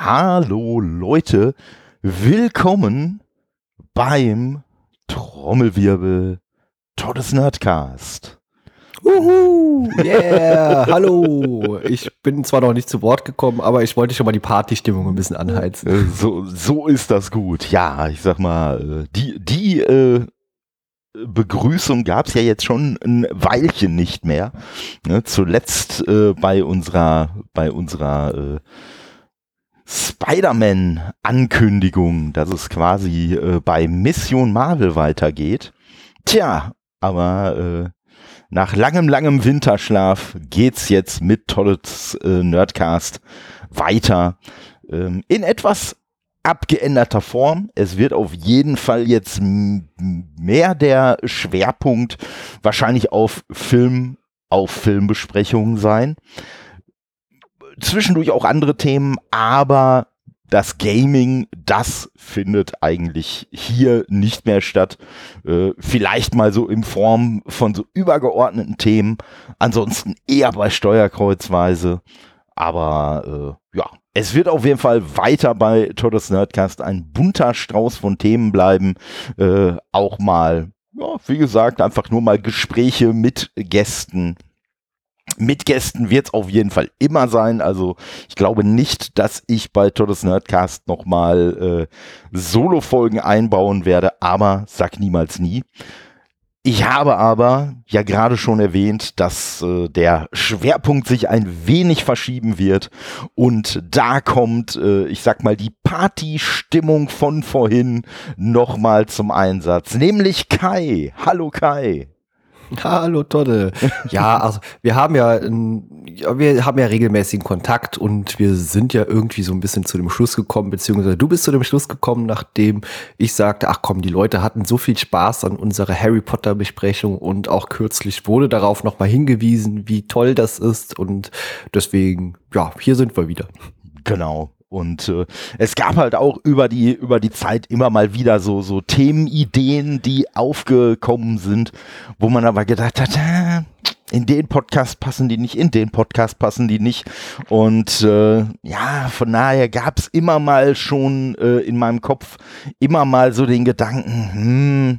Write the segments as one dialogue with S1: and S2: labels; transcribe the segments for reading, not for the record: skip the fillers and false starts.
S1: Hallo Leute, willkommen beim Trommelwirbel Todes Nerdcast.
S2: Yeah, hallo. Ich bin zwar noch nicht zu Wort gekommen, aber ich wollte schon mal die Partystimmung ein bisschen anheizen.
S1: So ist das gut. Ja, ich sag mal, die Begrüßung gab es ja jetzt schon ein Weilchen nicht mehr. Ne, zuletzt bei unserer Spider-Man-Ankündigung, dass es quasi bei Mission Marvel weitergeht. Tja, aber nach langem Winterschlaf geht's jetzt mit Todes Nerdcast weiter. In etwas abgeänderter Form. Es wird auf jeden Fall jetzt mehr der Schwerpunkt wahrscheinlich auf Filmbesprechungen sein. Zwischendurch auch andere Themen, aber das Gaming, das findet eigentlich hier nicht mehr statt. Vielleicht mal so in Form von so übergeordneten Themen, ansonsten eher bei Steuerkreuzweise. Aber ja, es wird auf jeden Fall weiter bei Todes Nerdcast ein bunter Strauß von Themen bleiben. Auch mal, ja, wie gesagt, einfach nur mal Gespräche mit Gästen. Mit Gästen wird es auf jeden Fall immer sein. Also ich glaube nicht, dass ich bei Todes Nerdcast nochmal Solo-Folgen einbauen werde, aber sag niemals nie. Ich habe aber ja gerade schon erwähnt, dass der Schwerpunkt sich ein wenig verschieben wird und da kommt, ich sag mal, die Partystimmung von vorhin nochmal zum Einsatz, nämlich Kai. Hallo Kai.
S2: Hallo Todde. Ja, also wir haben ja regelmäßigen Kontakt und wir sind ja irgendwie so ein bisschen zu dem Schluss gekommen, beziehungsweise du bist zu dem Schluss gekommen, nachdem ich sagte, ach komm, die Leute hatten so viel Spaß an unserer Harry Potter Besprechung und auch kürzlich wurde darauf nochmal hingewiesen, wie toll das ist und deswegen, ja, hier sind wir wieder.
S1: Genau. Und es gab halt auch über die Zeit immer mal wieder so Themenideen, die aufgekommen sind, wo man aber gedacht hat, in den Podcast passen die nicht, in den Podcast passen die nicht. Und ja, von daher gab es immer mal schon in meinem Kopf immer mal so den Gedanken,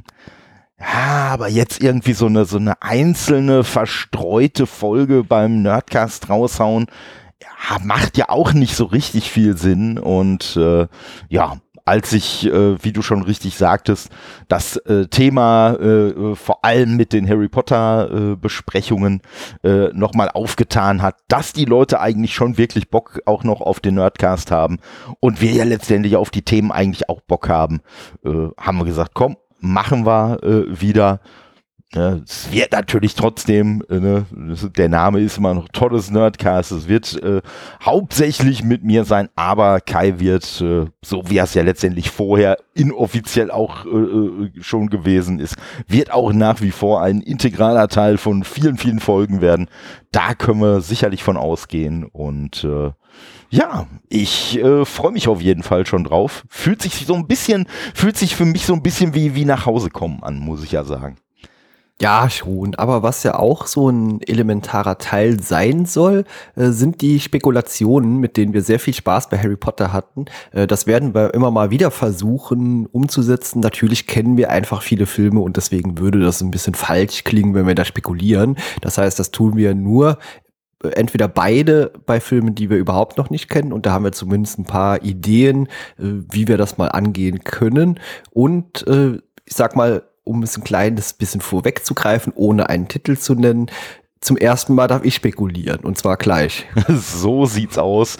S1: ja, aber jetzt irgendwie so eine einzelne verstreute Folge beim Nerdcast raushauen, ja, macht ja auch nicht so richtig viel Sinn und ja, als ich, wie du schon richtig sagtest, das Thema vor allem mit den Harry Potter Besprechungen nochmal aufgetan hat, dass die Leute eigentlich schon wirklich Bock auch noch auf den Nerdcast haben und wir ja letztendlich auf die Themen eigentlich auch Bock haben, haben wir gesagt, komm, machen wir wieder. Ja, es wird natürlich trotzdem, der Name ist immer noch Todes Nerdcast, es wird hauptsächlich mit mir sein, aber Kai wird, so wie er es ja letztendlich vorher inoffiziell auch schon gewesen ist, wird auch nach wie vor ein integraler Teil von vielen Folgen werden. Da können wir sicherlich von ausgehen und ja, ich freue mich auf jeden Fall schon drauf. Fühlt sich für mich so ein bisschen wie nach Hause kommen an, muss ich ja sagen.
S2: Ja, schon. Aber was ja auch so ein elementarer Teil sein soll, sind die Spekulationen, mit denen wir sehr viel Spaß bei Harry Potter hatten. Das werden wir immer mal wieder versuchen umzusetzen. Natürlich kennen wir einfach viele Filme und deswegen würde das ein bisschen falsch klingen, wenn wir da spekulieren. Das heißt, das tun wir nur entweder beide bei Filmen, die wir überhaupt noch nicht kennen. Und da haben wir zumindest ein paar Ideen, wie wir das mal angehen können. Und ich sag mal, um es ein kleines bisschen vorwegzugreifen, ohne einen Titel zu nennen, zum ersten Mal darf ich spekulieren und zwar gleich.
S1: So sieht's aus.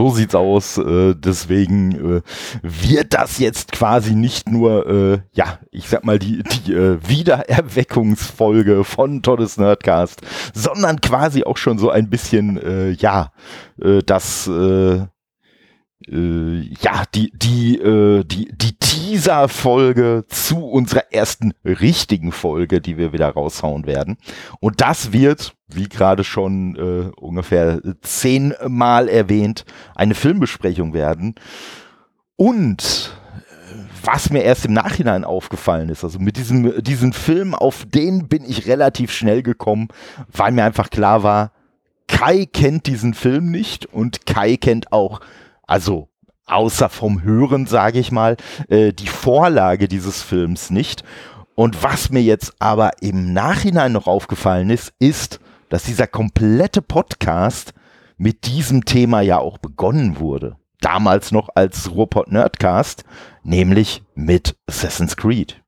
S1: Deswegen wird das jetzt quasi nicht nur, ja, ich sag mal, die Wiedererweckungsfolge von Todes Nerdcast, sondern quasi auch schon so ein bisschen, ja, das ja, die Teaser-Folge zu unserer ersten richtigen Folge, die wir wieder raushauen werden. Und das wird, wie gerade schon ungefähr 10-mal erwähnt, eine Filmbesprechung werden. Und was mir erst im Nachhinein aufgefallen ist, also mit diesen Film, auf den bin ich relativ schnell gekommen, weil mir einfach klar war, Kai kennt diesen Film nicht und Kai kennt auch, also außer vom Hören, sage ich mal, die Vorlage dieses Films nicht. Und was mir jetzt aber im Nachhinein noch aufgefallen ist, dass dieser komplette Podcast mit diesem Thema ja auch begonnen wurde. Damals noch als Ruhrpott Nerdcast, nämlich mit Assassin's Creed.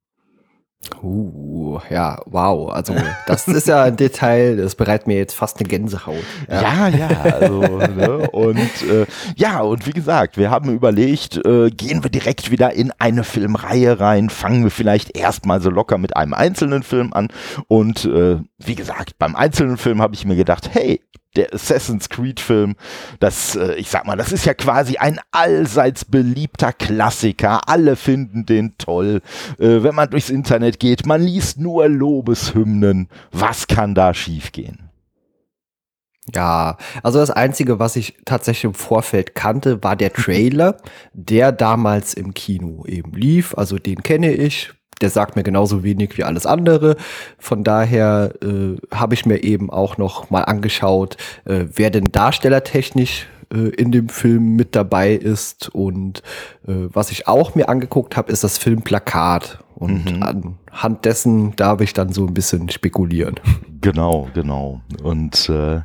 S2: Ja, wow. Also das ist ja ein Detail, das bereitet mir jetzt fast eine Gänsehaut.
S1: Ja, also, ne? Und und wie gesagt, wir haben überlegt, gehen wir direkt wieder in eine Filmreihe rein, fangen wir vielleicht erstmal so locker mit einem einzelnen Film an. Und wie gesagt, beim einzelnen Film habe ich mir gedacht, hey, der Assassin's Creed Film, das ist ja quasi ein allseits beliebter Klassiker. Alle finden den toll. Wenn man durchs Internet geht, man liest nur Lobeshymnen. Was kann da schiefgehen?
S2: Ja, also das Einzige, was ich tatsächlich im Vorfeld kannte, war der Trailer, der damals im Kino eben lief. Also den kenne ich. Der sagt mir genauso wenig wie alles andere. Von daher habe ich mir eben auch noch mal angeschaut, wer denn darstellertechnisch in dem Film mit dabei ist. Und was ich auch mir angeguckt habe, ist das Filmplakat. Und anhand dessen darf ich dann so ein bisschen spekulieren.
S1: Genau. Und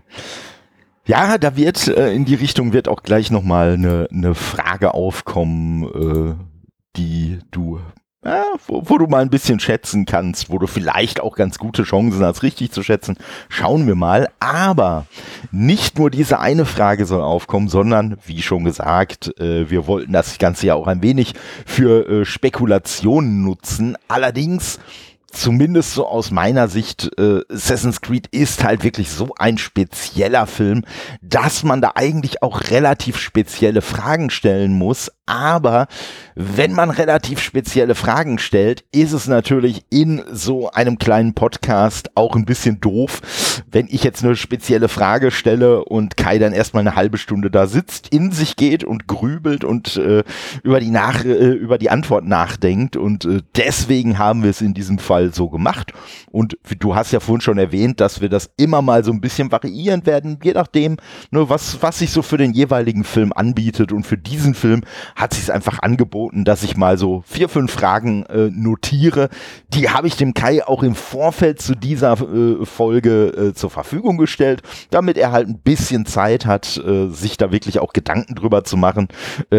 S1: da wird in die Richtung wird auch gleich noch mal eine Frage aufkommen, die du wo du mal ein bisschen schätzen kannst, wo du vielleicht auch ganz gute Chancen hast, richtig zu schätzen. Schauen wir mal. Aber nicht nur diese eine Frage soll aufkommen, sondern, wie schon gesagt, wir wollten das Ganze ja auch ein wenig für Spekulationen nutzen. Allerdings, zumindest so aus meiner Sicht, Assassin's Creed ist halt wirklich so ein spezieller Film, dass man da eigentlich auch relativ spezielle Fragen stellen muss. Aber wenn man relativ spezielle Fragen stellt, ist es natürlich in so einem kleinen Podcast auch ein bisschen doof, wenn ich jetzt eine spezielle Frage stelle und Kai dann erstmal eine halbe Stunde da sitzt, in sich geht und grübelt und über die Antwort nachdenkt. Und deswegen haben wir es in diesem Fall so gemacht. Und du hast ja vorhin schon erwähnt, dass wir das immer mal so ein bisschen variieren werden, je nachdem, ne, was sich so für den jeweiligen Film anbietet. Und für diesen Film hat sich es einfach angeboten, dass ich mal so 4, 5 Fragen notiere. Die habe ich dem Kai auch im Vorfeld zu dieser Folge zur Verfügung gestellt, damit er halt ein bisschen Zeit hat, sich da wirklich auch Gedanken drüber zu machen.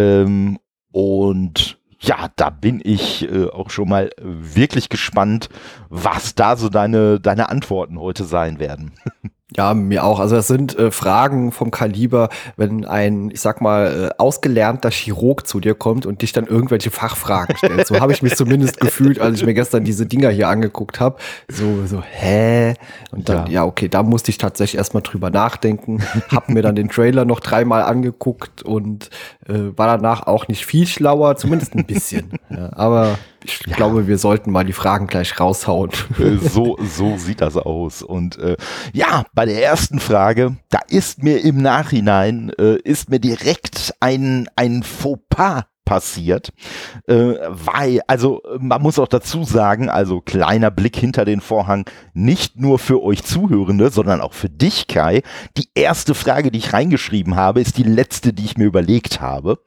S1: Und ja, da bin ich auch schon mal wirklich gespannt, was da so deine Antworten heute sein werden.
S2: Ja, mir auch. Also das sind Fragen vom Kaliber, wenn ein, ich sag mal, ausgelernter Chirurg zu dir kommt und dich dann irgendwelche Fachfragen stellt. So habe ich mich zumindest gefühlt, als ich mir gestern diese Dinger hier angeguckt habe. So, hä? Und dann, okay, da musste ich tatsächlich erstmal drüber nachdenken. Hab mir dann den Trailer noch 3-mal angeguckt und war danach auch nicht viel schlauer, zumindest ein bisschen. Ja, aber ich glaube, wir sollten mal die Fragen gleich raushauen.
S1: So sieht das aus. Und bei der ersten Frage, da ist mir im Nachhinein, direkt ein Fauxpas passiert, weil, also man muss auch dazu sagen, also kleiner Blick hinter den Vorhang, nicht nur für euch Zuhörende, sondern auch für dich, Kai. Die erste Frage, die ich reingeschrieben habe, ist die letzte, die ich mir überlegt habe.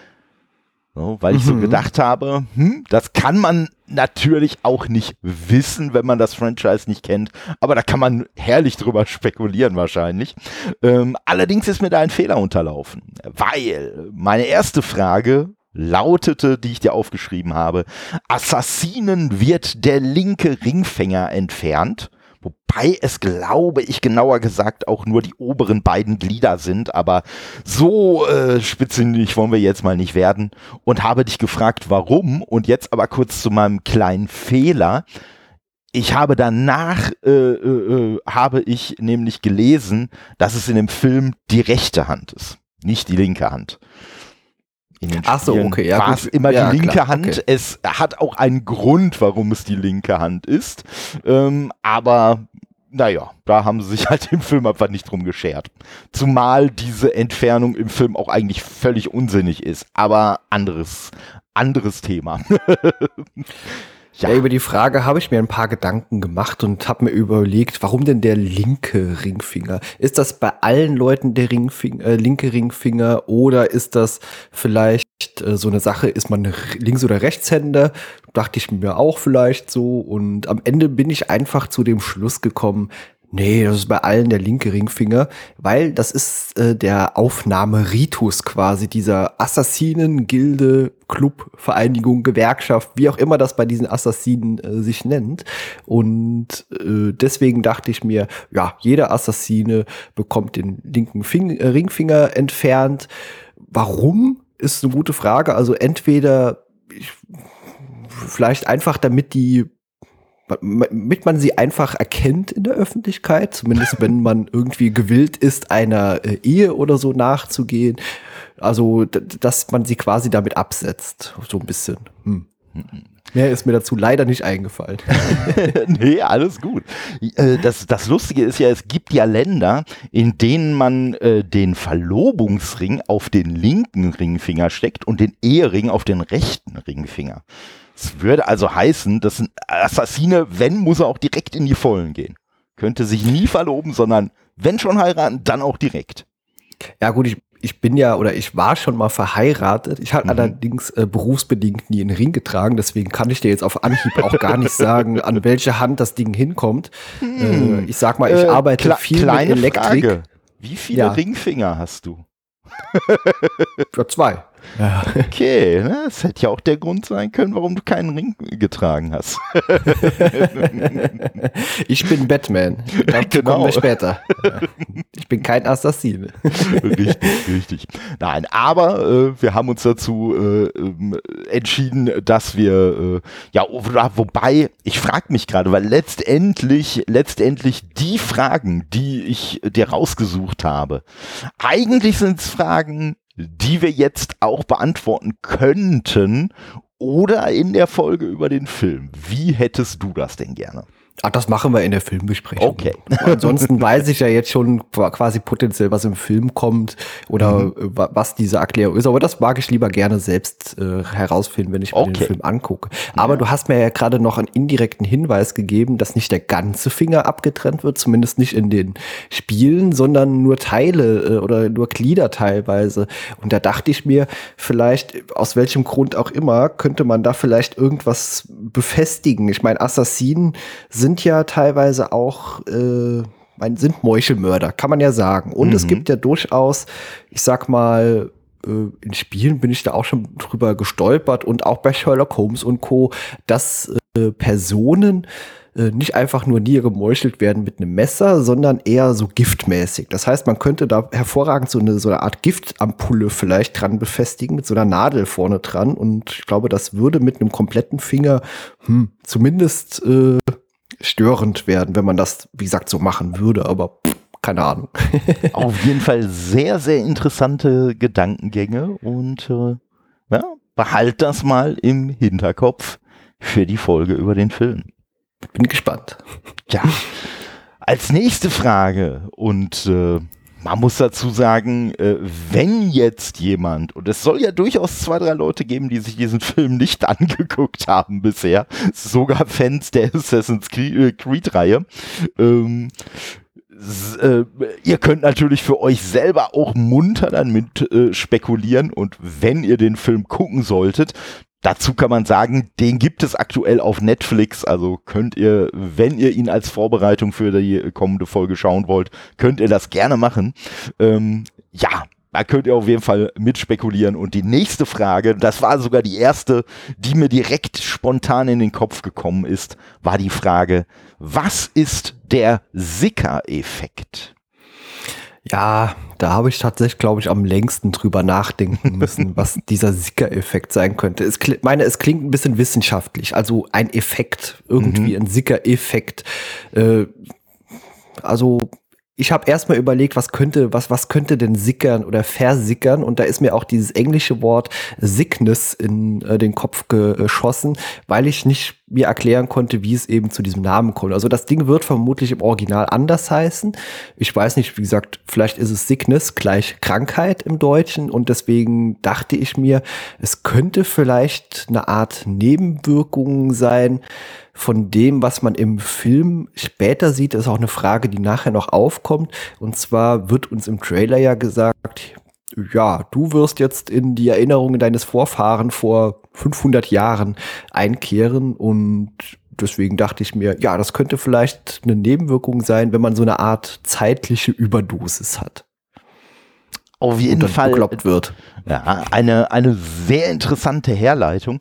S1: So, weil ich so gedacht habe, das kann man natürlich auch nicht wissen, wenn man das Franchise nicht kennt, aber da kann man herrlich drüber spekulieren wahrscheinlich. Allerdings ist mir da ein Fehler unterlaufen, weil meine erste Frage lautete, die ich dir aufgeschrieben habe: Assassinen wird der linke Ringfinger entfernt. Wobei es, glaube ich, genauer gesagt auch nur die oberen beiden Glieder sind, aber so spitzfindig wollen wir jetzt mal nicht werden, und habe dich gefragt, warum. Und jetzt aber kurz zu meinem kleinen Fehler. Ich habe danach, habe ich nämlich gelesen, dass es in dem Film die rechte Hand ist, nicht die linke Hand.
S2: Ach so, okay, ja,
S1: war es immer die linke Hand. Okay. Es hat auch einen Grund, warum es die linke Hand ist. Aber naja, da haben sie sich halt im Film einfach nicht drum geschert. Zumal diese Entfernung im Film auch eigentlich völlig unsinnig ist. Aber anderes Thema.
S2: Ja, über die Frage habe ich mir ein paar Gedanken gemacht und habe mir überlegt, warum denn der linke Ringfinger? Ist das bei allen Leuten der linke Ringfinger, oder ist das vielleicht vielleicht so eine Sache, ist man Links- oder Rechtshänder? Dachte ich mir auch vielleicht so. Und am Ende bin ich einfach zu dem Schluss gekommen, nee, das ist bei allen der linke Ringfinger, weil das ist der Aufnahmeritus quasi dieser Assassinen, Gilde, Club, Vereinigung, Gewerkschaft, wie auch immer das bei diesen Assassinen sich nennt. Und deswegen dachte ich mir, ja, jeder Assassine bekommt den linken Ringfinger entfernt. Warum, ist eine gute Frage. Also entweder vielleicht einfach, damit man sie einfach erkennt in der Öffentlichkeit, zumindest wenn man irgendwie gewillt ist, einer Ehe oder so nachzugehen. Also, dass man sie quasi damit absetzt, so ein bisschen. Mehr ist mir dazu leider nicht eingefallen.
S1: Nee, alles gut. Das Lustige ist ja, es gibt ja Länder, in denen man den Verlobungsring auf den linken Ringfinger steckt und den Ehering auf den rechten Ringfinger. Das würde also heißen, dass ein Assassine, wenn, muss er auch direkt in die Vollen gehen. Könnte sich nie verloben, sondern wenn schon heiraten, dann auch direkt.
S2: Ja gut, ich bin ja, oder ich war schon mal verheiratet. Ich habe allerdings berufsbedingt nie einen Ring getragen. Deswegen kann ich dir jetzt auf Anhieb auch gar nicht sagen, an welche Hand das Ding hinkommt. Ich sag mal, ich arbeite viel mit Elektrik.
S1: Frage. Wie viele Ringfinger hast du?
S2: Für 2. Ja.
S1: Okay, ne? Das hätte ja auch der Grund sein können, warum du keinen Ring getragen hast.
S2: Ich bin Batman. Dazu kommen wir später. Ich bin kein Assassine.
S1: Richtig. Nein, aber wir haben uns dazu entschieden, dass wir, wobei, ich frage mich gerade, weil letztendlich die Fragen, die ich dir rausgesucht habe, eigentlich sind es Fragen, die wir jetzt auch beantworten könnten oder in der Folge über den Film. Wie hättest du das denn gerne?
S2: Ach, das machen wir in der Filmbesprechung.
S1: Okay.
S2: Ansonsten weiß ich ja jetzt schon quasi potenziell, was im Film kommt oder was diese Erklärung ist. Aber das mag ich lieber gerne selbst herausfinden, wenn ich mir den Film angucke. Aber du hast mir ja gerade noch einen indirekten Hinweis gegeben, dass nicht der ganze Finger abgetrennt wird, zumindest nicht in den Spielen, sondern nur Teile oder nur Glieder teilweise. Und da dachte ich mir, vielleicht, aus welchem Grund auch immer, könnte man da vielleicht irgendwas befestigen. Ich meine, Assassinen sind ja teilweise auch, sind Meuchelmörder, kann man ja sagen. Und es gibt ja durchaus, ich sag mal, in Spielen bin ich da auch schon drüber gestolpert und auch bei Sherlock Holmes und Co., dass Personen nicht einfach nur niedergemeuchelt werden mit einem Messer, sondern eher so giftmäßig. Das heißt, man könnte da hervorragend so eine Art Giftampulle vielleicht dran befestigen, mit so einer Nadel vorne dran. Und ich glaube, das würde mit einem kompletten Finger zumindest störend werden, wenn man das, wie gesagt, so machen würde. Aber keine Ahnung.
S1: Auf jeden Fall sehr, sehr interessante Gedankengänge und behalt das mal im Hinterkopf für die Folge über den Film.
S2: Bin gespannt.
S1: Ja, als nächste Frage und man muss dazu sagen, wenn jetzt jemand, und es soll ja durchaus 2, 3 Leute geben, die sich diesen Film nicht angeguckt haben bisher, sogar Fans der Assassin's Creed-Reihe, ihr könnt natürlich für euch selber auch munter dann mit spekulieren und wenn ihr den Film gucken solltet, dazu kann man sagen, den gibt es aktuell auf Netflix, also könnt ihr, wenn ihr ihn als Vorbereitung für die kommende Folge schauen wollt, könnt ihr das gerne machen. Da könnt ihr auf jeden Fall mit spekulieren. Und die nächste Frage, das war sogar die erste, die mir direkt spontan in den Kopf gekommen ist, war die Frage, was ist der Sicker-Effekt?
S2: Ja, da habe ich tatsächlich, glaube ich, am längsten drüber nachdenken müssen, was dieser Sicker-Effekt sein könnte. Es klingt ein bisschen wissenschaftlich, also ein Effekt, irgendwie ein Sicker-Effekt. Ich habe erstmal überlegt, was könnte denn sickern oder versickern, und da ist mir auch dieses englische Wort Sickness in den Kopf geschossen, weil ich nicht mir erklären konnte, wie es eben zu diesem Namen kommt. Also das Ding wird vermutlich im Original anders heißen. Ich weiß nicht, wie gesagt, vielleicht ist es Sickness gleich Krankheit im Deutschen, und deswegen dachte ich mir, es könnte vielleicht eine Art Nebenwirkung sein von dem, was man im Film später sieht. Das ist auch eine Frage, die nachher noch aufkommt. Und zwar wird uns im Trailer ja gesagt, ja, du wirst jetzt in die Erinnerungen deines Vorfahren vor 500 Jahren einkehren und deswegen dachte ich mir, ja, das könnte vielleicht eine Nebenwirkung sein, wenn man so eine Art zeitliche Überdosis hat.
S1: Auf jeden Fall
S2: bekloppt wird.
S1: Ja, eine sehr interessante Herleitung.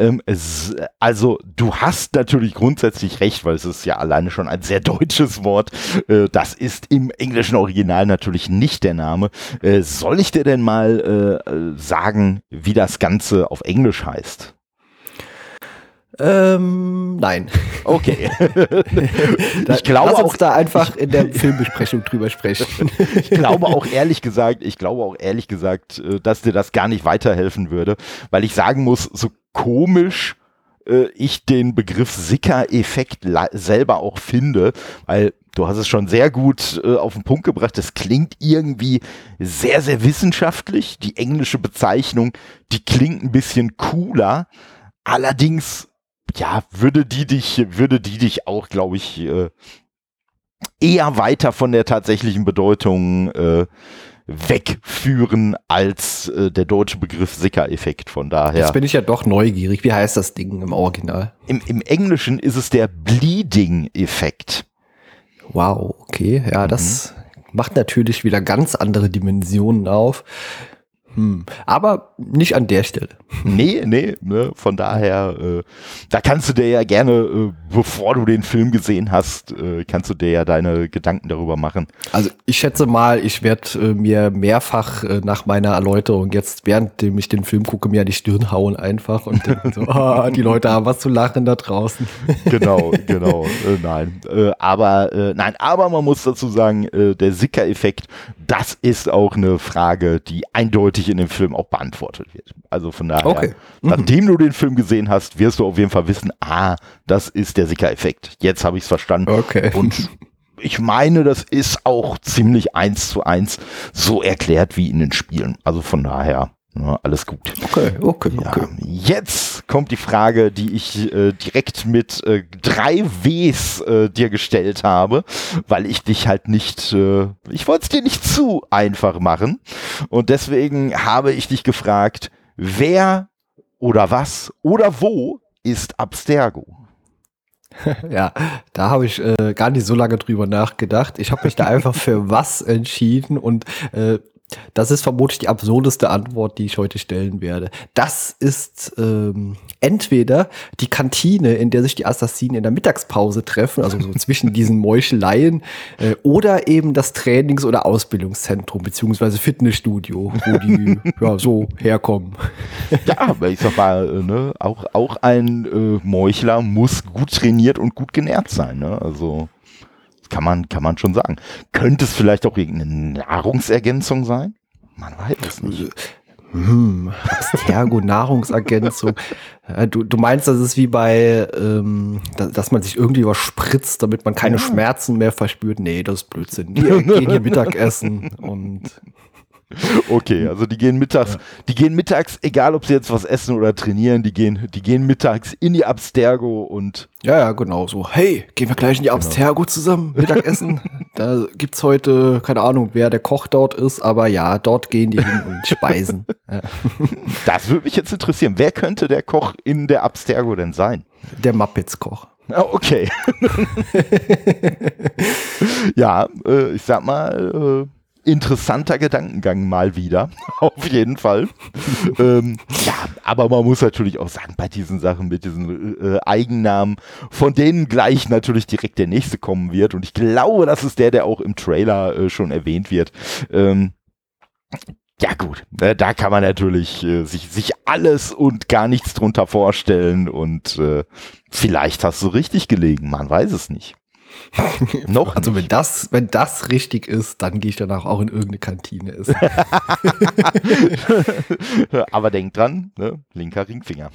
S1: Also du hast natürlich grundsätzlich recht, weil es ist ja alleine schon ein sehr deutsches Wort. Das ist im englischen Original natürlich nicht der Name. Soll ich dir denn mal sagen, wie das Ganze auf Englisch heißt?
S2: Nein.
S1: Okay. Ich glaube
S2: Lass uns
S1: auch
S2: da einfach in der Filmbesprechung drüber sprechen.
S1: Ich glaube auch ehrlich gesagt, dass dir das gar nicht weiterhelfen würde, weil ich sagen muss, so komisch ich den Begriff Sicker-Effekt selber auch finde, weil du hast es schon sehr gut auf den Punkt gebracht, das klingt irgendwie sehr, sehr wissenschaftlich. Die englische Bezeichnung, die klingt ein bisschen cooler, allerdings ja, würde die dich auch, glaube ich, eher weiter von der tatsächlichen Bedeutung wegführen als der deutsche Begriff Sicker-Effekt. Von daher.
S2: Jetzt bin ich ja doch neugierig. Wie heißt das Ding im Original?
S1: Im Englischen ist es der Bleeding-Effekt.
S2: Wow, okay. Ja, das macht natürlich wieder ganz andere Dimensionen auf. Aber nicht an der Stelle.
S1: Nee, ne, von daher, da kannst du dir ja gerne, bevor du den Film gesehen hast, kannst du dir ja deine Gedanken darüber machen.
S2: Also ich schätze mal, ich werde mir mehrfach nach meiner Erläuterung jetzt, währenddem ich den Film gucke, mir an die Stirn hauen einfach und denken so, die Leute haben was zu lachen da draußen.
S1: Genau, nein. Aber man muss dazu sagen, der Sicker-Effekt, das ist auch eine Frage, die eindeutig in dem Film auch beantwortet wird. Also von daher, nachdem du den Film gesehen hast, wirst du auf jeden Fall wissen, das ist der Sicker-Effekt. Jetzt habe ich es verstanden.
S2: Okay.
S1: Und ich meine, das ist auch ziemlich 1:1 so erklärt wie in den Spielen. Also von daher, alles gut.
S2: Okay.
S1: Jetzt kommt die Frage, die ich direkt mit 3 Ws dir gestellt habe, weil ich dich halt nicht, ich wollte es dir nicht zu einfach machen. Und deswegen habe ich dich gefragt, wer oder was oder wo ist Abstergo?
S2: Ja, da habe ich gar nicht so lange drüber nachgedacht. Ich habe mich da einfach für was entschieden und das ist vermutlich die absurdeste Antwort, die ich heute stellen werde. Das ist entweder die Kantine, in der sich die Assassinen in der Mittagspause treffen, also so zwischen diesen Meucheleien, oder eben das Trainings- oder Ausbildungszentrum, beziehungsweise Fitnessstudio, wo die so herkommen.
S1: Ja, aber ich sag mal, auch ein Meuchler muss gut trainiert und gut genährt sein, ne? Also kann man schon sagen. Könnte es vielleicht auch irgendeine Nahrungsergänzung sein? Man weiß es nicht.
S2: Abstergo, Nahrungsergänzung. Du meinst, das ist wie bei, dass man sich irgendwie was spritzt, damit man keine Schmerzen mehr verspürt? Nee, das ist Blödsinn. Die gehen hier Mittagessen und
S1: Okay, also die gehen mittags, egal ob sie jetzt was essen oder trainieren, die gehen mittags in die Abstergo und
S2: ja, genau so. Hey, gehen wir gleich in die Abstergo zusammen, Mittagessen? Da gibt's heute, keine Ahnung, wer der Koch dort ist, aber ja, dort gehen die hin und speisen. Ja.
S1: Das würde mich jetzt interessieren. Wer könnte der Koch in der Abstergo denn sein?
S2: Der Muppets-Koch.
S1: Okay. Ja, ich sag mal, interessanter Gedankengang mal wieder, auf jeden Fall. Ja, aber man muss natürlich auch sagen, bei diesen Sachen mit diesen Eigennamen, von denen gleich natürlich direkt der nächste kommen wird. Und ich glaube, das ist der auch im Trailer schon erwähnt wird. Ja gut, da kann man natürlich sich alles und gar nichts drunter vorstellen. Und vielleicht hast du richtig gelegen, man weiß es nicht. Noch
S2: also
S1: nicht.
S2: wenn das richtig ist, dann gehe ich danach auch in irgendeine Kantine essen.
S1: Aber denk dran, ne? Linker Ringfinger.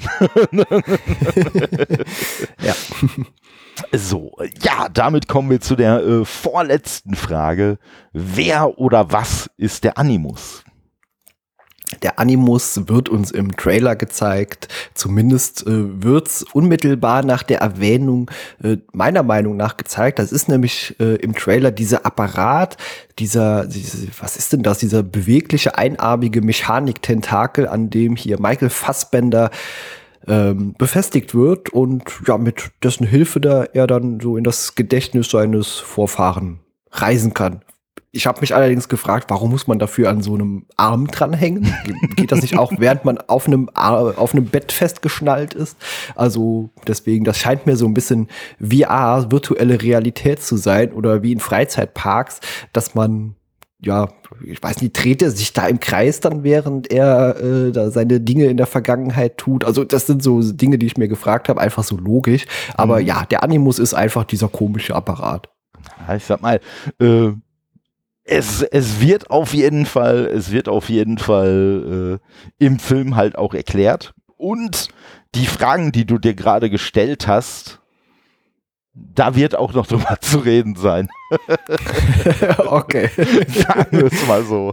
S2: Ja.
S1: So, ja, damit kommen wir zu der vorletzten Frage. Wer oder was ist der Animus?
S2: der Animus wird uns im Trailer gezeigt. Zumindest wird's unmittelbar nach der Erwähnung meiner Meinung nach gezeigt. Das ist nämlich im Trailer dieser Apparat, was ist denn das? Dieser bewegliche, einarmige Mechanik-Tentakel, an dem hier Michael Fassbender befestigt wird und ja, mit dessen Hilfe er dann so in das Gedächtnis seines Vorfahren reisen kann. Ich habe mich allerdings gefragt, warum muss man dafür an so einem Arm dranhängen? Geht das nicht auch, während man auf einem Bett festgeschnallt ist? Also deswegen, das scheint mir so ein bisschen VR, virtuelle Realität zu sein oder wie in Freizeitparks, dass man, ja, ich weiß nicht, dreht er sich da im Kreis dann, während er da seine Dinge in der Vergangenheit tut? Also das sind so Dinge, die ich mir gefragt habe, einfach so logisch. Aber ja, der Animus ist einfach dieser komische Apparat.
S1: Ja, ich sag mal, es wird auf jeden Fall im Film halt auch erklärt. Und die Fragen, die du dir gerade gestellt hast, da wird auch noch drüber zu reden sein.
S2: Okay.
S1: Sagen wir es mal so.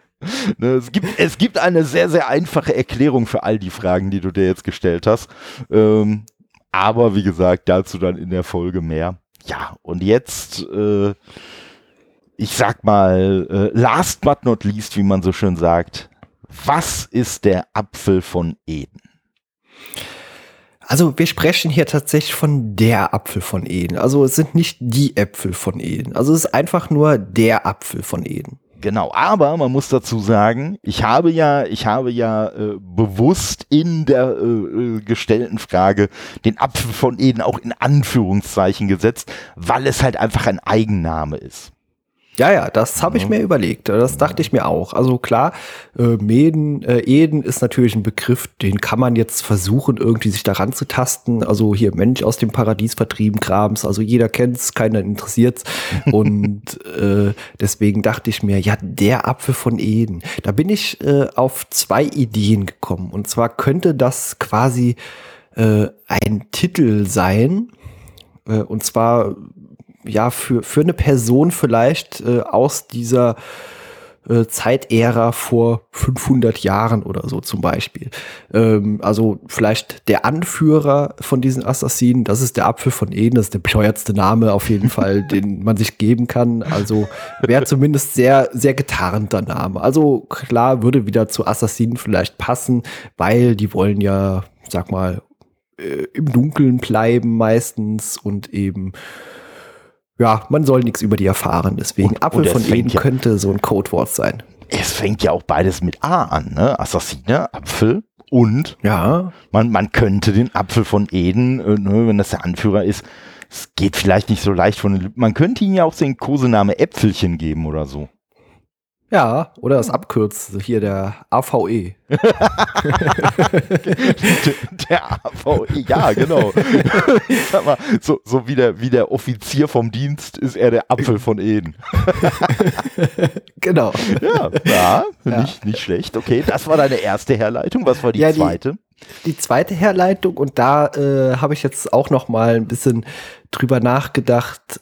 S1: Es gibt eine sehr, sehr einfache Erklärung für all die Fragen, die du dir jetzt gestellt hast. Aber wie gesagt, dazu dann in der Folge mehr. Ja, und jetzt, ich sag mal, last but not least, wie man so schön sagt, was ist der Apfel von Eden?
S2: Also wir sprechen hier tatsächlich von der Apfel von Eden. Also es sind nicht die Äpfel von Eden. Also es ist einfach nur der Apfel von Eden.
S1: Genau, aber man muss dazu sagen, ich habe ja bewusst in der gestellten Frage den Apfel von Eden auch in Anführungszeichen gesetzt, weil es halt einfach ein Eigenname ist.
S2: Ja, das habe ich mir überlegt. Das dachte ich mir auch. Also klar, Eden ist natürlich ein Begriff, den kann man jetzt versuchen, irgendwie sich daran zu tasten. Also hier Mensch aus dem Paradies vertrieben, Krams. Also jeder kennt's, keiner interessiert's. Und deswegen dachte ich mir, ja, der Apfel von Eden. Da bin ich auf 2 Ideen gekommen. Und zwar könnte das quasi ein Titel sein. Und zwar ja, für eine Person vielleicht aus dieser Zeitära vor 500 Jahren oder so zum Beispiel. Also vielleicht der Anführer von diesen Assassinen, das ist der Apfel von Eden, das ist der bescheuertste Name auf jeden Fall, den man sich geben kann. Also wäre zumindest sehr, sehr getarnter Name. Also klar, würde wieder zu Assassinen vielleicht passen, weil die wollen ja, sag mal, im Dunkeln bleiben meistens und eben ja, man soll nichts über die erfahren, deswegen Apfel von Eden könnte so ein Codewort sein.
S1: Es fängt ja auch beides mit A an, ne? Assassine, Apfel und
S2: ja,
S1: man könnte den Apfel von Eden, ne, wenn das der Anführer ist, es geht vielleicht nicht so leicht von den Lippen, man könnte ihm ja auch den Kosename Äpfelchen geben oder so.
S2: Ja, oder das Abkürz, hier der AVE.
S1: Der AVE, ja, genau. Sag mal, so wie der Offizier vom Dienst ist er der Apfel von Eden.
S2: Genau.
S1: Ja. Nicht schlecht. Okay, das war deine erste Herleitung. Was war die zweite?
S2: Die zweite Herleitung, und da habe ich jetzt auch noch mal ein bisschen drüber nachgedacht,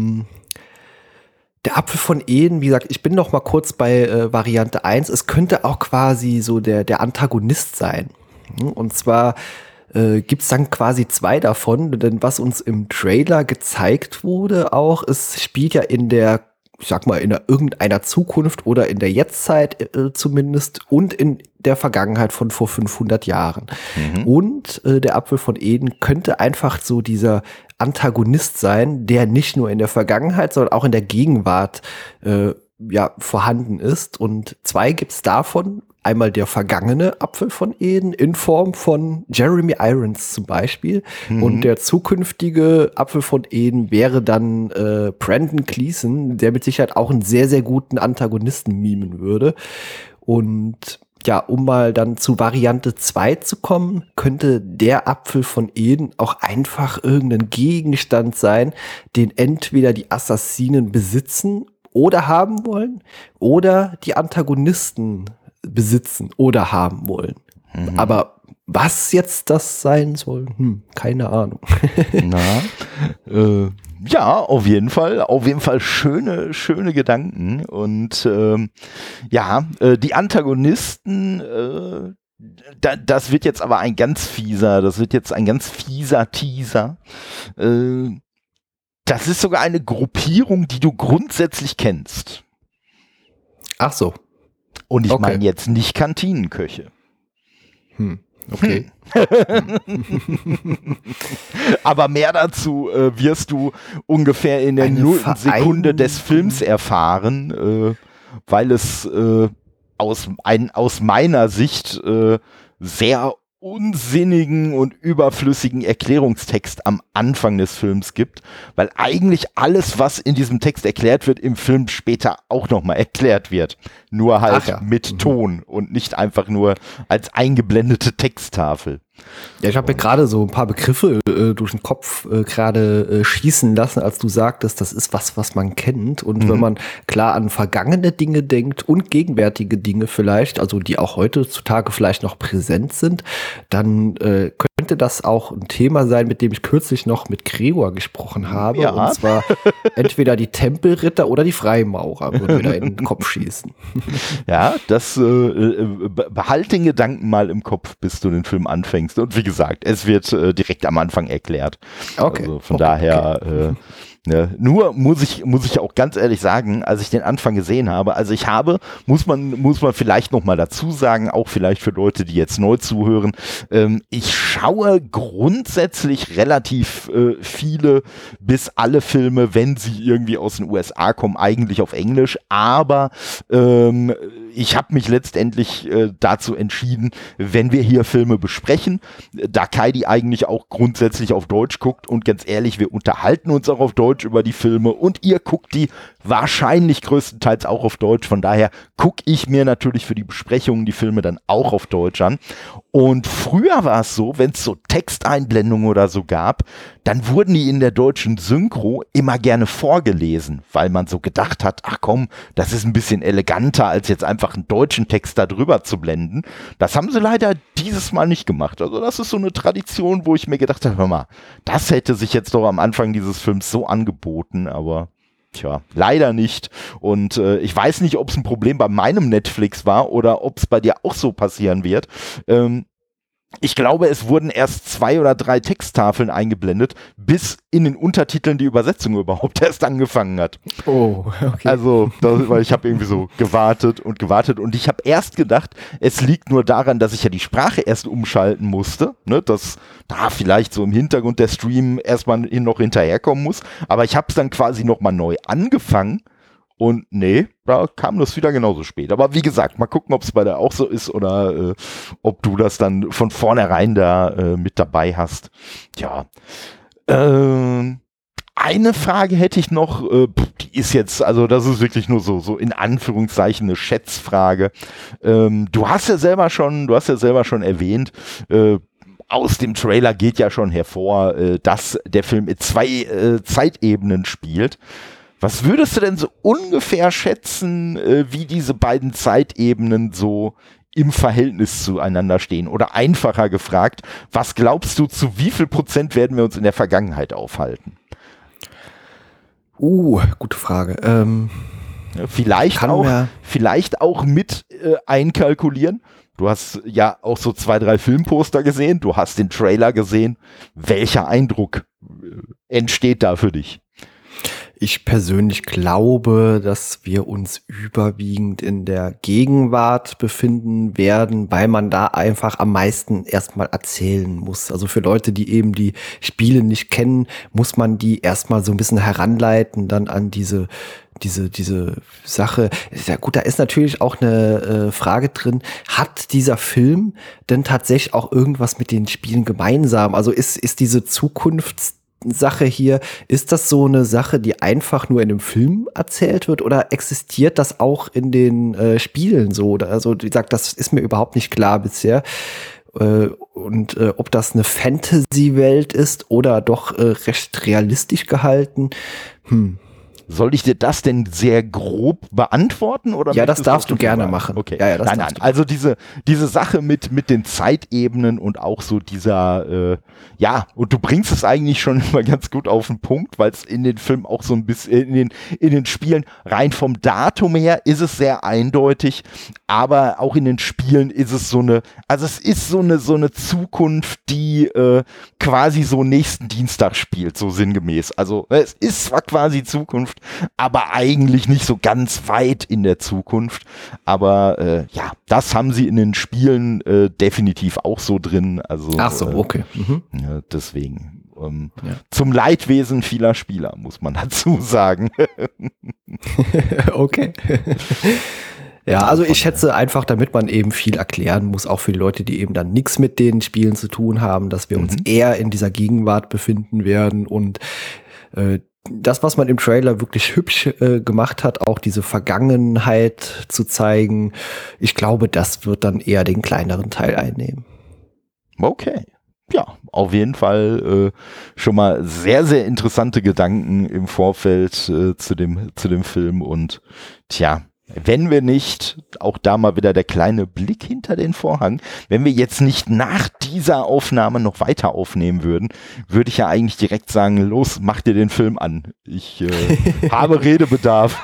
S2: der Apfel von Eden, wie gesagt, ich bin noch mal kurz bei Variante 1. Es könnte auch quasi so der Antagonist sein. Und zwar gibt es dann quasi 2 davon, denn was uns im Trailer gezeigt wurde auch, es spielt ja in der, ich sag mal, in irgendeiner Zukunft oder in der Jetztzeit zumindest und in der Vergangenheit von vor 500 Jahren. Und der Apfel von Eden könnte einfach so dieser Antagonist sein, der nicht nur in der Vergangenheit, sondern auch in der Gegenwart vorhanden ist. Und 2 gibt's davon. Einmal der vergangene Apfel von Eden in Form von Jeremy Irons zum Beispiel. Und der zukünftige Apfel von Eden wäre dann Brendan Gleeson, der mit Sicherheit auch einen sehr, sehr guten Antagonisten mimen würde. Und ja, um mal dann zu Variante 2 zu kommen, könnte der Apfel von Eden auch einfach irgendein Gegenstand sein, den entweder die Assassinen besitzen oder haben wollen oder die Antagonisten besitzen oder haben wollen. Aber was jetzt das sein soll, keine Ahnung.
S1: Ja, auf jeden Fall schöne Gedanken und die Antagonisten, das wird jetzt aber ein ganz fieser Teaser. Das ist sogar eine Gruppierung, die du grundsätzlich kennst.
S2: Ach so.
S1: Und ich meine jetzt nicht Kantinenköche.
S2: Okay.
S1: Aber mehr dazu wirst du ungefähr in der 0. Sekunde des Films erfahren, weil es aus meiner Sicht sehr unsinnigen und überflüssigen Erklärungstext am Anfang des Films gibt, weil eigentlich alles, was in diesem Text erklärt wird, im Film später auch nochmal erklärt wird. Nur halt mit Ton und nicht einfach nur als eingeblendete Texttafel.
S2: Ja, ich habe mir gerade so ein paar Begriffe durch den Kopf gerade schießen lassen, als du sagtest, das ist was man kennt. Und wenn man klar an vergangene Dinge denkt und gegenwärtige Dinge vielleicht, also die auch heutzutage vielleicht noch präsent sind, dann könnte das auch ein Thema sein, mit dem ich kürzlich noch mit Gregor gesprochen habe. Ja. Und zwar entweder die Tempelritter oder die Freimaurer, würden wir da in den Kopf schießen.
S1: Ja, das behalt den Gedanken mal im Kopf, bis du den Film anfängst. Und wie gesagt, es wird direkt am Anfang erklärt.
S2: Okay.
S1: Also von daher, nur muss ich auch ganz ehrlich sagen, als ich den Anfang gesehen habe, muss man vielleicht noch mal dazu sagen, auch vielleicht für Leute, die jetzt neu zuhören, ich schaue grundsätzlich relativ viele bis alle Filme, wenn sie irgendwie aus den USA kommen, eigentlich auf Englisch, aber ich habe mich letztendlich dazu entschieden, wenn wir hier Filme besprechen, da Kaidi eigentlich auch grundsätzlich auf Deutsch guckt und ganz ehrlich, wir unterhalten uns auch auf Deutsch über die Filme und ihr guckt die wahrscheinlich größtenteils auch auf Deutsch, von daher gucke ich mir natürlich für die Besprechungen die Filme dann auch auf Deutsch an. Und früher war es so, wenn es so Texteinblendungen oder so gab, dann wurden die in der deutschen Synchro immer gerne vorgelesen, weil man so gedacht hat, ach komm, das ist ein bisschen eleganter, als jetzt einfach einen deutschen Text da drüber zu blenden. Das haben sie leider dieses Mal nicht gemacht. Also das ist so eine Tradition, wo ich mir gedacht habe, hör mal, das hätte sich jetzt doch am Anfang dieses Films so angeboten, aber tja, leider nicht. Und ich weiß nicht, ob es ein Problem bei meinem Netflix war oder ob es bei dir auch so passieren wird. Ich glaube, es wurden erst 2 oder 3 Texttafeln eingeblendet, bis in den Untertiteln die Übersetzung überhaupt erst angefangen hat.
S2: Oh, okay.
S1: Also, weil ich habe irgendwie so gewartet und ich habe erst gedacht, es liegt nur daran, dass ich ja die Sprache erst umschalten musste, ne, dass da vielleicht so im Hintergrund der Stream erstmal noch hinterherkommen muss, aber ich habe es dann quasi nochmal neu angefangen. Und nee, da kam das wieder genauso spät. Aber wie gesagt, mal gucken, ob es bei der auch so ist oder ob du das dann von vornherein da mit dabei hast. Ja. Eine Frage hätte ich noch, die ist jetzt, also das ist wirklich nur so in Anführungszeichen eine Schätzfrage. Du hast ja selber schon erwähnt, aus dem Trailer geht ja schon hervor, dass der Film in 2 Zeitebenen spielt. Was würdest du denn so ungefähr schätzen, wie diese beiden Zeitebenen so im Verhältnis zueinander stehen? Oder einfacher gefragt, was glaubst du, zu wie viel Prozent werden wir uns in der Vergangenheit aufhalten?
S2: Gute Frage.
S1: Vielleicht auch mit einkalkulieren. Du hast ja auch so 2, 3 Filmposter gesehen, du hast den Trailer gesehen. Welcher Eindruck entsteht da für dich?
S2: Ich persönlich glaube, dass wir uns überwiegend in der Gegenwart befinden werden, weil man da einfach am meisten erstmal erzählen muss. Also für Leute, die eben die Spiele nicht kennen, muss man die erstmal so ein bisschen heranleiten, dann an diese Sache. Ja gut, da ist natürlich auch eine Frage drin. Hat dieser Film denn tatsächlich auch irgendwas mit den Spielen gemeinsam? Also ist diese Zukunftssache hier, ist das so eine Sache, die einfach nur in einem Film erzählt wird oder existiert das auch in den Spielen so? Also wie gesagt, das ist mir überhaupt nicht klar bisher. Und ob das eine Fantasy-Welt ist oder doch recht realistisch gehalten,
S1: Soll ich dir das denn sehr grob beantworten? Oder
S2: Ja, das
S1: möchtest
S2: darfst du
S1: schon
S2: gerne
S1: sagen?
S2: machen.
S1: Okay.
S2: Ja, das
S1: nein,
S2: darfst du.
S1: also diese Sache mit den Zeitebenen und auch so dieser, und du bringst es eigentlich schon immer ganz gut auf den Punkt, weil es in den Filmen auch so ein bisschen, in den Spielen rein vom Datum her ist es sehr eindeutig, aber auch in den Spielen ist es es ist so eine Zukunft, die quasi so nächsten Dienstag spielt, so sinngemäß. Also es ist zwar quasi Zukunft, aber eigentlich nicht so ganz weit in der Zukunft. Aber das haben sie in den Spielen definitiv auch so drin. Also,
S2: Ach so, okay.
S1: Ja, deswegen. Zum Leidwesen vieler Spieler, muss man dazu sagen.
S2: Okay. Ja, also ich schätze einfach, damit man eben viel erklären muss, auch für die Leute, die eben dann nichts mit den Spielen zu tun haben, dass wir uns eher in dieser Gegenwart befinden werden und das, was man im Trailer wirklich hübsch gemacht hat, auch diese Vergangenheit zu zeigen, ich glaube, das wird dann eher den kleineren Teil einnehmen.
S1: Okay. Ja, auf jeden Fall schon mal sehr, sehr interessante Gedanken im Vorfeld zu dem Film und wenn wir nicht, auch da mal wieder der kleine Blick hinter den Vorhang, wenn wir jetzt nicht nach dieser Aufnahme noch weiter aufnehmen würden, würde ich ja eigentlich direkt sagen, los, mach dir den Film an. Ich habe Redebedarf.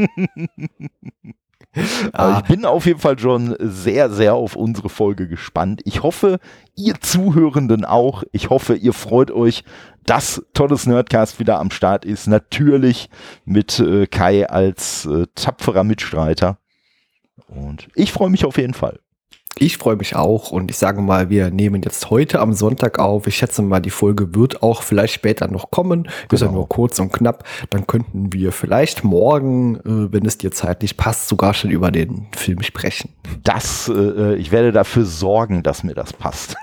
S1: Aber ich bin auf jeden Fall schon sehr, sehr auf unsere Folge gespannt. Ich hoffe, ihr Zuhörenden auch. Ich hoffe, ihr freut euch, dass Tolles Nerdcast wieder am Start ist. Natürlich mit Kai als tapferer Mitstreiter. Und ich freue mich auf jeden Fall.
S2: Ich freue mich auch und ich sage mal, wir nehmen jetzt heute am Sonntag auf. Ich schätze mal, die Folge wird auch vielleicht später noch kommen. Ist ja nur kurz und knapp. Dann könnten wir vielleicht morgen, wenn es dir zeitlich passt, sogar schon über den Film sprechen.
S1: Ich werde dafür sorgen, dass mir das passt.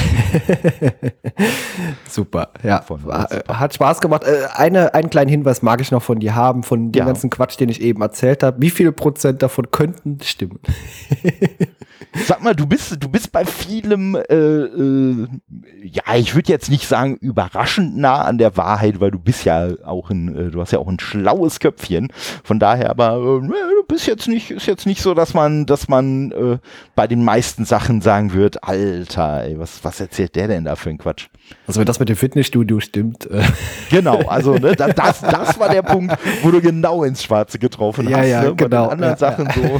S2: Super, ja. Hat Spaß gemacht. Einen kleinen Hinweis mag ich noch von dir haben, von dem ganzen Quatsch, den ich eben erzählt habe. Wie viele Prozent davon könnten stimmen?
S1: Sag mal, du bist bei vielem, ich würde jetzt nicht sagen überraschend nah an der Wahrheit, weil du bist ja auch du hast ja auch ein schlaues Köpfchen. Von daher, aber du ist jetzt nicht so, dass man bei den meisten Sachen sagen wird, Alter, ey, was erzählt der denn da für ein Quatsch?
S2: Also wenn das mit dem Fitnessstudio stimmt.
S1: Genau, also das war der Punkt, wo du genau ins Schwarze getroffen hast.
S2: Ja,
S1: ne?
S2: genau.
S1: Bei den anderen Sachen so.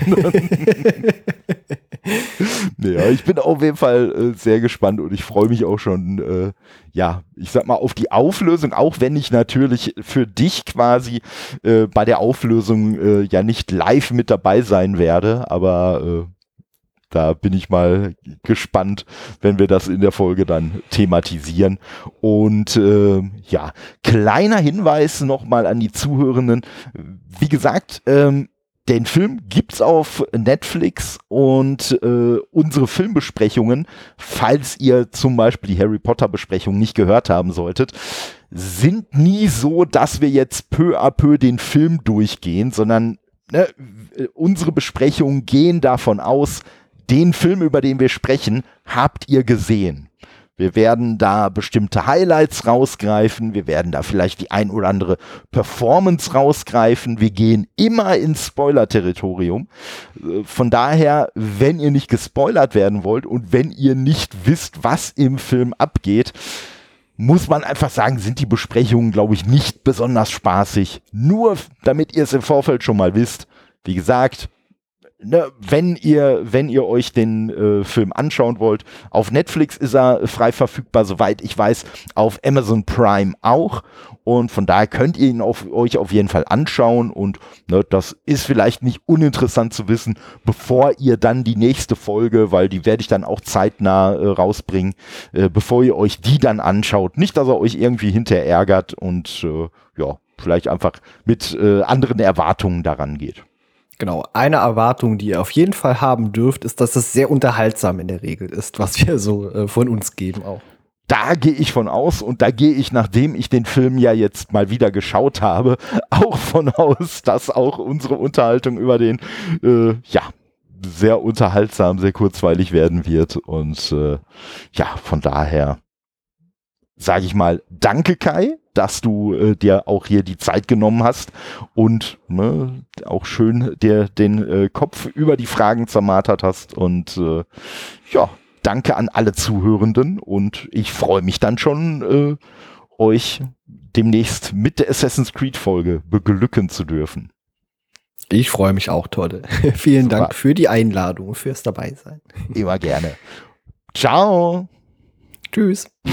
S1: Ja, ich bin auf jeden Fall sehr gespannt und ich freue mich auch schon, ich sag mal, auf die Auflösung, auch wenn ich natürlich für dich quasi bei der Auflösung nicht live mit dabei sein werde, aber da bin ich mal gespannt, wenn wir das in der Folge dann thematisieren. Und kleiner Hinweis nochmal an die Zuhörenden. Wie gesagt, den Film gibt's auf Netflix und unsere Filmbesprechungen, falls ihr zum Beispiel die Harry Potter Besprechung nicht gehört haben solltet, sind nie so, dass wir jetzt peu à peu den Film durchgehen, sondern unsere Besprechungen gehen davon aus, den Film, über den wir sprechen, habt ihr gesehen. Wir werden da bestimmte Highlights rausgreifen, wir werden da vielleicht die ein oder andere Performance rausgreifen, wir gehen immer ins Spoiler-Territorium. Von daher, wenn ihr nicht gespoilert werden wollt und wenn ihr nicht wisst, was im Film abgeht, muss man einfach sagen, sind die Besprechungen, glaube ich, nicht besonders spaßig. Nur damit ihr es im Vorfeld schon mal wisst. Wie gesagt, wenn ihr euch den Film anschauen wollt, auf Netflix ist er frei verfügbar, soweit ich weiß, auf Amazon Prime auch und von daher könnt ihr ihn euch auf jeden Fall anschauen und das ist vielleicht nicht uninteressant zu wissen, bevor ihr dann die nächste Folge, weil die werde ich dann auch zeitnah rausbringen, bevor ihr euch die dann anschaut, nicht, dass er euch irgendwie hinterher ärgert und vielleicht einfach mit anderen Erwartungen daran geht.
S2: Genau, eine Erwartung, die ihr auf jeden Fall haben dürft, ist, dass es sehr unterhaltsam in der Regel ist, was wir so von uns geben auch.
S1: Da gehe ich von aus und da gehe ich, nachdem ich den Film ja jetzt mal wieder geschaut habe, auch von aus, dass auch unsere Unterhaltung über den, sehr unterhaltsam, sehr kurzweilig werden wird und von daher sage ich mal, danke Kai dass du dir auch hier die Zeit genommen hast und ne, auch schön dir den Kopf über die Fragen zermartert hast. Und ja, danke an alle Zuhörenden und ich freue mich dann schon, euch demnächst mit der Assassin's Creed Folge beglücken zu dürfen.
S2: Ich freue mich auch, Todde. Vielen Dank für die Einladung, fürs Dabeisein.
S1: Immer gerne. Ciao.
S2: Tschüss.